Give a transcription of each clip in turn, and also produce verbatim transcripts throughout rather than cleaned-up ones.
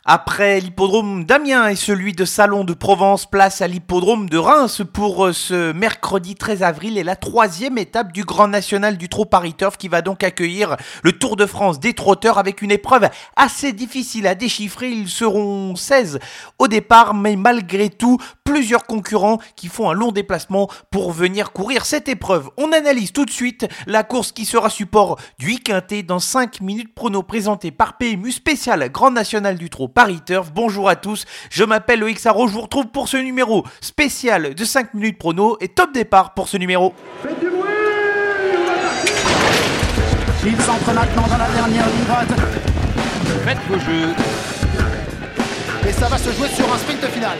Après l'hippodrome d'Amiens et celui de Salon de Provence, place à l'hippodrome de Reims pour ce mercredi treize avril et la troisième étape du Grand National du Trot Paris Turf qui va donc accueillir le Tour de France des trotteurs avec une épreuve assez difficile à déchiffrer. Ils seront seize au départ, mais malgré tout, plusieurs concurrents qui font un long déplacement pour venir courir cette épreuve. On analyse tout de suite la course qui sera support du I-Quintet dans cinq minutes prono présenté par P M U spécial Grand National du Trot Paris Turf. Bonjour à tous, je m'appelle Loïc Sarro, je vous retrouve pour ce numéro spécial de cinq minutes prono et top départ pour ce numéro. Faites du bruit, on va partir. Il s'entre maintenant dans la dernière ligne droite. Faites vos jeux. Et ça va se jouer sur un sprint final.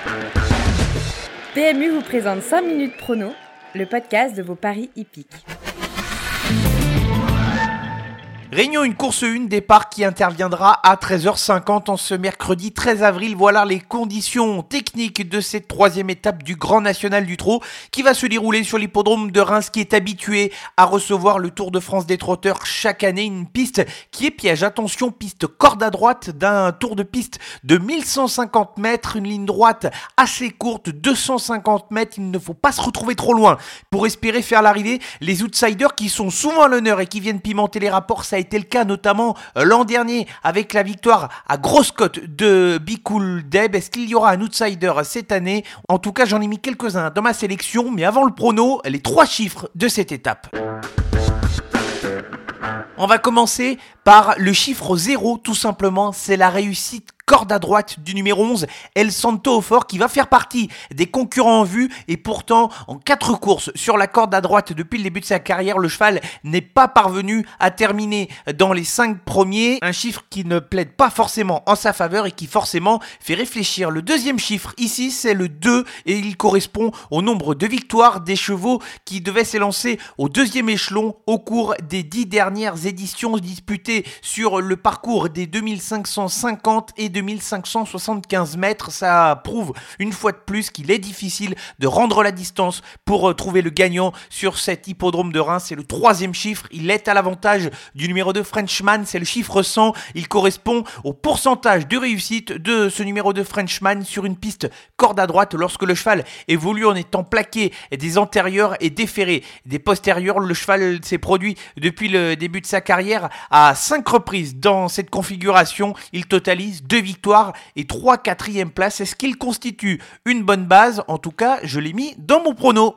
P M U vous présente cinq minutes prono, le podcast de vos paris hippiques. Réunion une course une départ qui interviendra à treize heures cinquante en ce mercredi treize avril. Voilà les conditions techniques de cette troisième étape du Grand National du Trot qui va se dérouler sur l'hippodrome de Reims qui est habitué à recevoir le Tour de France des trotteurs chaque année. Une piste qui est piège. Attention, piste corde à droite d'un tour de piste de mille cent cinquante mètres, une ligne droite assez courte, deux cent cinquante mètres. Il ne faut pas se retrouver trop loin pour espérer faire l'arrivée. Les outsiders qui sont souvent à l'honneur et qui viennent pimenter les rapports, ça a été le cas notamment l'an dernier avec la victoire à grosse cote de Be Cool Deb. Est-ce qu'il y aura un outsider cette année? En tout cas, j'en ai mis quelques-uns dans ma sélection, mais avant le prono, les trois chiffres de cette étape. On va commencer par le chiffre zéro, tout simplement, c'est la réussite corde à droite du numéro onze, El Santo au fort, qui va faire partie des concurrents en vue et pourtant en quatre courses sur la corde à droite depuis le début de sa carrière, le cheval n'est pas parvenu à terminer dans les cinq premiers, un chiffre qui ne plaide pas forcément en sa faveur et qui forcément fait réfléchir. Le deuxième chiffre ici c'est le deux et il correspond au nombre de victoires des chevaux qui devaient s'élancer au deuxième échelon au cours des dix dernières éditions disputées sur le parcours des deux mille cinq cent cinquante et deux mille cinq cent soixante-quinze mètres. Ça prouve une fois de plus qu'il est difficile de rendre la distance pour trouver le gagnant sur cet hippodrome de Reims. C'est le troisième chiffre, il est à l'avantage du numéro deux Frenchman, c'est le chiffre cent, il correspond au pourcentage de réussite de ce numéro deux Frenchman sur une piste corde à droite lorsque le cheval évolue en étant plaqué des antérieurs et déféré des postérieurs. Le cheval s'est produit depuis le début de sa carrière à cinq reprises dans cette configuration, il totalise deux victoires et trois quatrième places. Est-ce qu'il constitue une bonne base? En tout cas, je l'ai mis dans mon prono.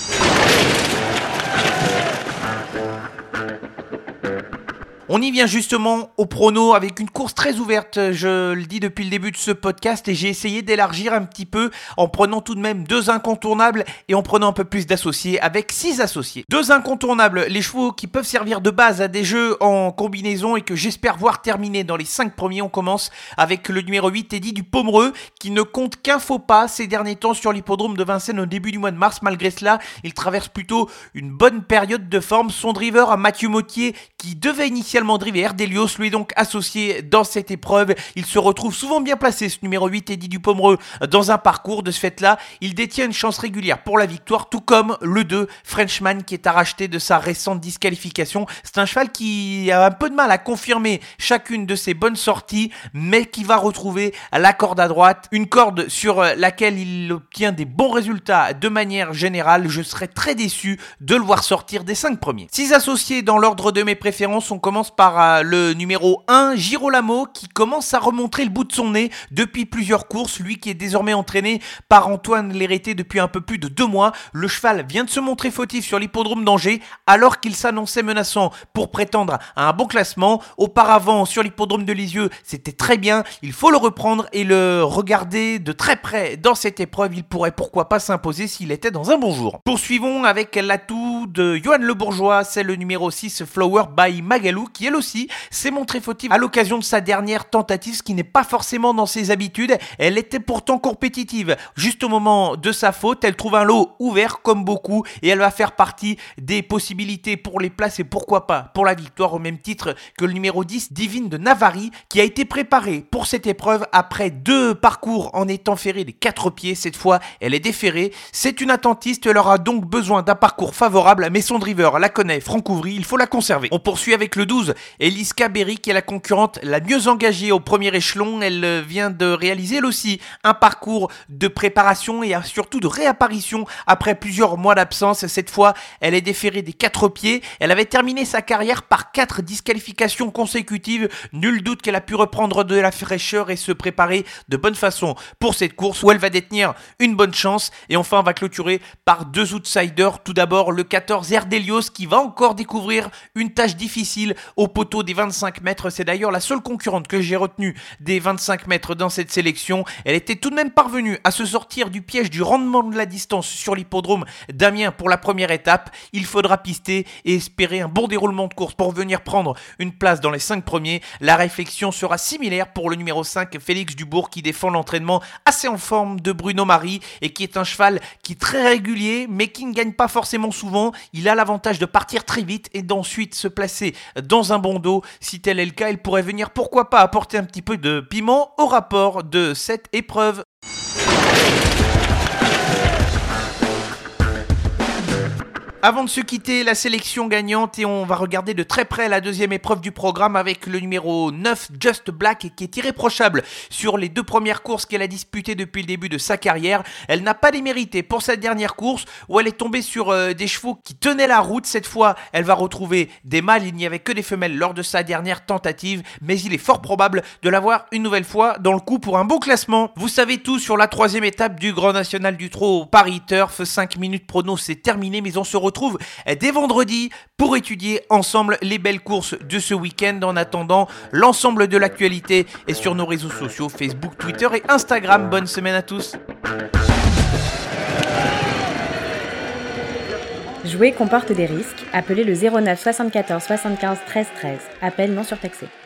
On y vient justement au prono avec une course très ouverte, je le dis depuis le début de ce podcast et j'ai essayé d'élargir un petit peu en prenant tout de même deux incontournables et en prenant un peu plus d'associés avec six associés. Deux incontournables, les chevaux qui peuvent servir de base à des jeux en combinaison et que j'espère voir terminer dans les cinq premiers. On commence avec le numéro huit, Teddy du Pomereux, qui ne compte qu'un faux pas ces derniers temps sur l'hippodrome de Vincennes au début du mois de mars. Malgré cela, il traverse plutôt une bonne période de forme. Son driver à Mathieu Mottier qui devait initialement driver Erdelios, lui est donc associé dans cette épreuve. Il se retrouve souvent bien placé, ce numéro huit, Teddy du Pomereux, dans un parcours. De ce fait-là, il détient une chance régulière pour la victoire, tout comme le deux, Frenchman, qui est à racheter de sa récente disqualification. C'est un cheval qui a un peu de mal à confirmer chacune de ses bonnes sorties, mais qui va retrouver la corde à droite, une corde sur laquelle il obtient des bons résultats de manière générale. Je serais très déçu de le voir sortir des cinq premiers. Six associés dans l'ordre de mes préférences. On commence par euh, le numéro un, Girolamo, qui commence à remontrer le bout de son nez depuis plusieurs courses, lui qui est désormais entraîné par Antoine Lérité depuis un peu plus de deux mois. Le cheval vient de se montrer fautif sur l'hippodrome d'Angers alors qu'il s'annonçait menaçant pour prétendre à un bon classement. Auparavant sur l'hippodrome de Lisieux, c'était très bien, il faut le reprendre et le regarder de très près dans cette épreuve. Il pourrait pourquoi pas s'imposer s'il était dans un bon jour. Poursuivons avec l'atout de Johan Le Bourgeois, c'est le numéro six, Flower by Magalou, qui elle aussi s'est montrée fautive à l'occasion de sa dernière tentative, ce qui n'est pas forcément dans ses habitudes. Elle était pourtant compétitive. Juste au moment de sa faute, elle trouve un lot ouvert comme beaucoup et elle va faire partie des possibilités pour les places et pourquoi pas pour la victoire, au même titre que le numéro dix, Divine de Navarri, qui a été préparée pour cette épreuve après deux parcours en étant ferrée des quatre pieds. Cette fois, elle est déférée. C'est une attentiste, elle aura donc besoin d'un parcours favorable, mais son driver la connaît, Franck Ouvry, il faut la conserver. On poursuit avec le douze, douze, Eliska Berry, qui est la concurrente la mieux engagée au premier échelon. Elle vient de réaliser, elle aussi, un parcours de préparation et surtout de réapparition après plusieurs mois d'absence. Cette fois, elle est déférée des quatre pieds. Elle avait terminé sa carrière par quatre disqualifications consécutives. Nul doute qu'elle a pu reprendre de la fraîcheur et se préparer de bonne façon pour cette course où elle va détenir une bonne chance. Et enfin, on va clôturer par deux outsiders. Tout d'abord, le quatorze Erdelios qui va encore découvrir une tâche difficile au poteau des vingt-cinq mètres. C'est d'ailleurs la seule concurrente que j'ai retenue des vingt-cinq mètres dans cette sélection. Elle était tout de même parvenue à se sortir du piège du rendement de la distance sur l'hippodrome d'Amiens pour la première étape. Il faudra pister et espérer un bon déroulement de course pour venir prendre une place dans les cinq premiers. La réflexion sera similaire pour le numéro cinq, Félix Dubourg, qui défend l'entraînement assez en forme de Bruno Marie et qui est un cheval qui est très régulier mais qui ne gagne pas forcément souvent. Il a l'avantage de partir très vite et d'ensuite se placer dans un bon dos. Si tel est le cas, il pourrait venir pourquoi pas apporter un petit peu de piment au rapport de cette épreuve. Avant de se quitter, la sélection gagnante, et on va regarder de très près la deuxième épreuve du programme avec le numéro neuf, Just Black, qui est irréprochable sur les deux premières courses qu'elle a disputées depuis le début de sa carrière. Elle n'a pas démérité pour cette dernière course où elle est tombée sur euh, des chevaux qui tenaient la route. Cette fois, elle va retrouver des mâles, il n'y avait que des femelles lors de sa dernière tentative, mais il est fort probable de l'avoir une nouvelle fois dans le coup pour un bon classement. Vous savez tout sur la troisième étape du Grand National du Trot au Paris Turf. cinq minutes prono, c'est terminé, mais on se retrouve retrouve dès vendredi pour étudier ensemble les belles courses de ce week-end. En attendant, l'ensemble de l'actualité est sur nos réseaux sociaux, Facebook, Twitter et Instagram. Bonne semaine à tous. Jouer comporte des risques. Appelez le zéro neuf soixante-quatorze soixante-quinze treize treize. Appel non surtaxé.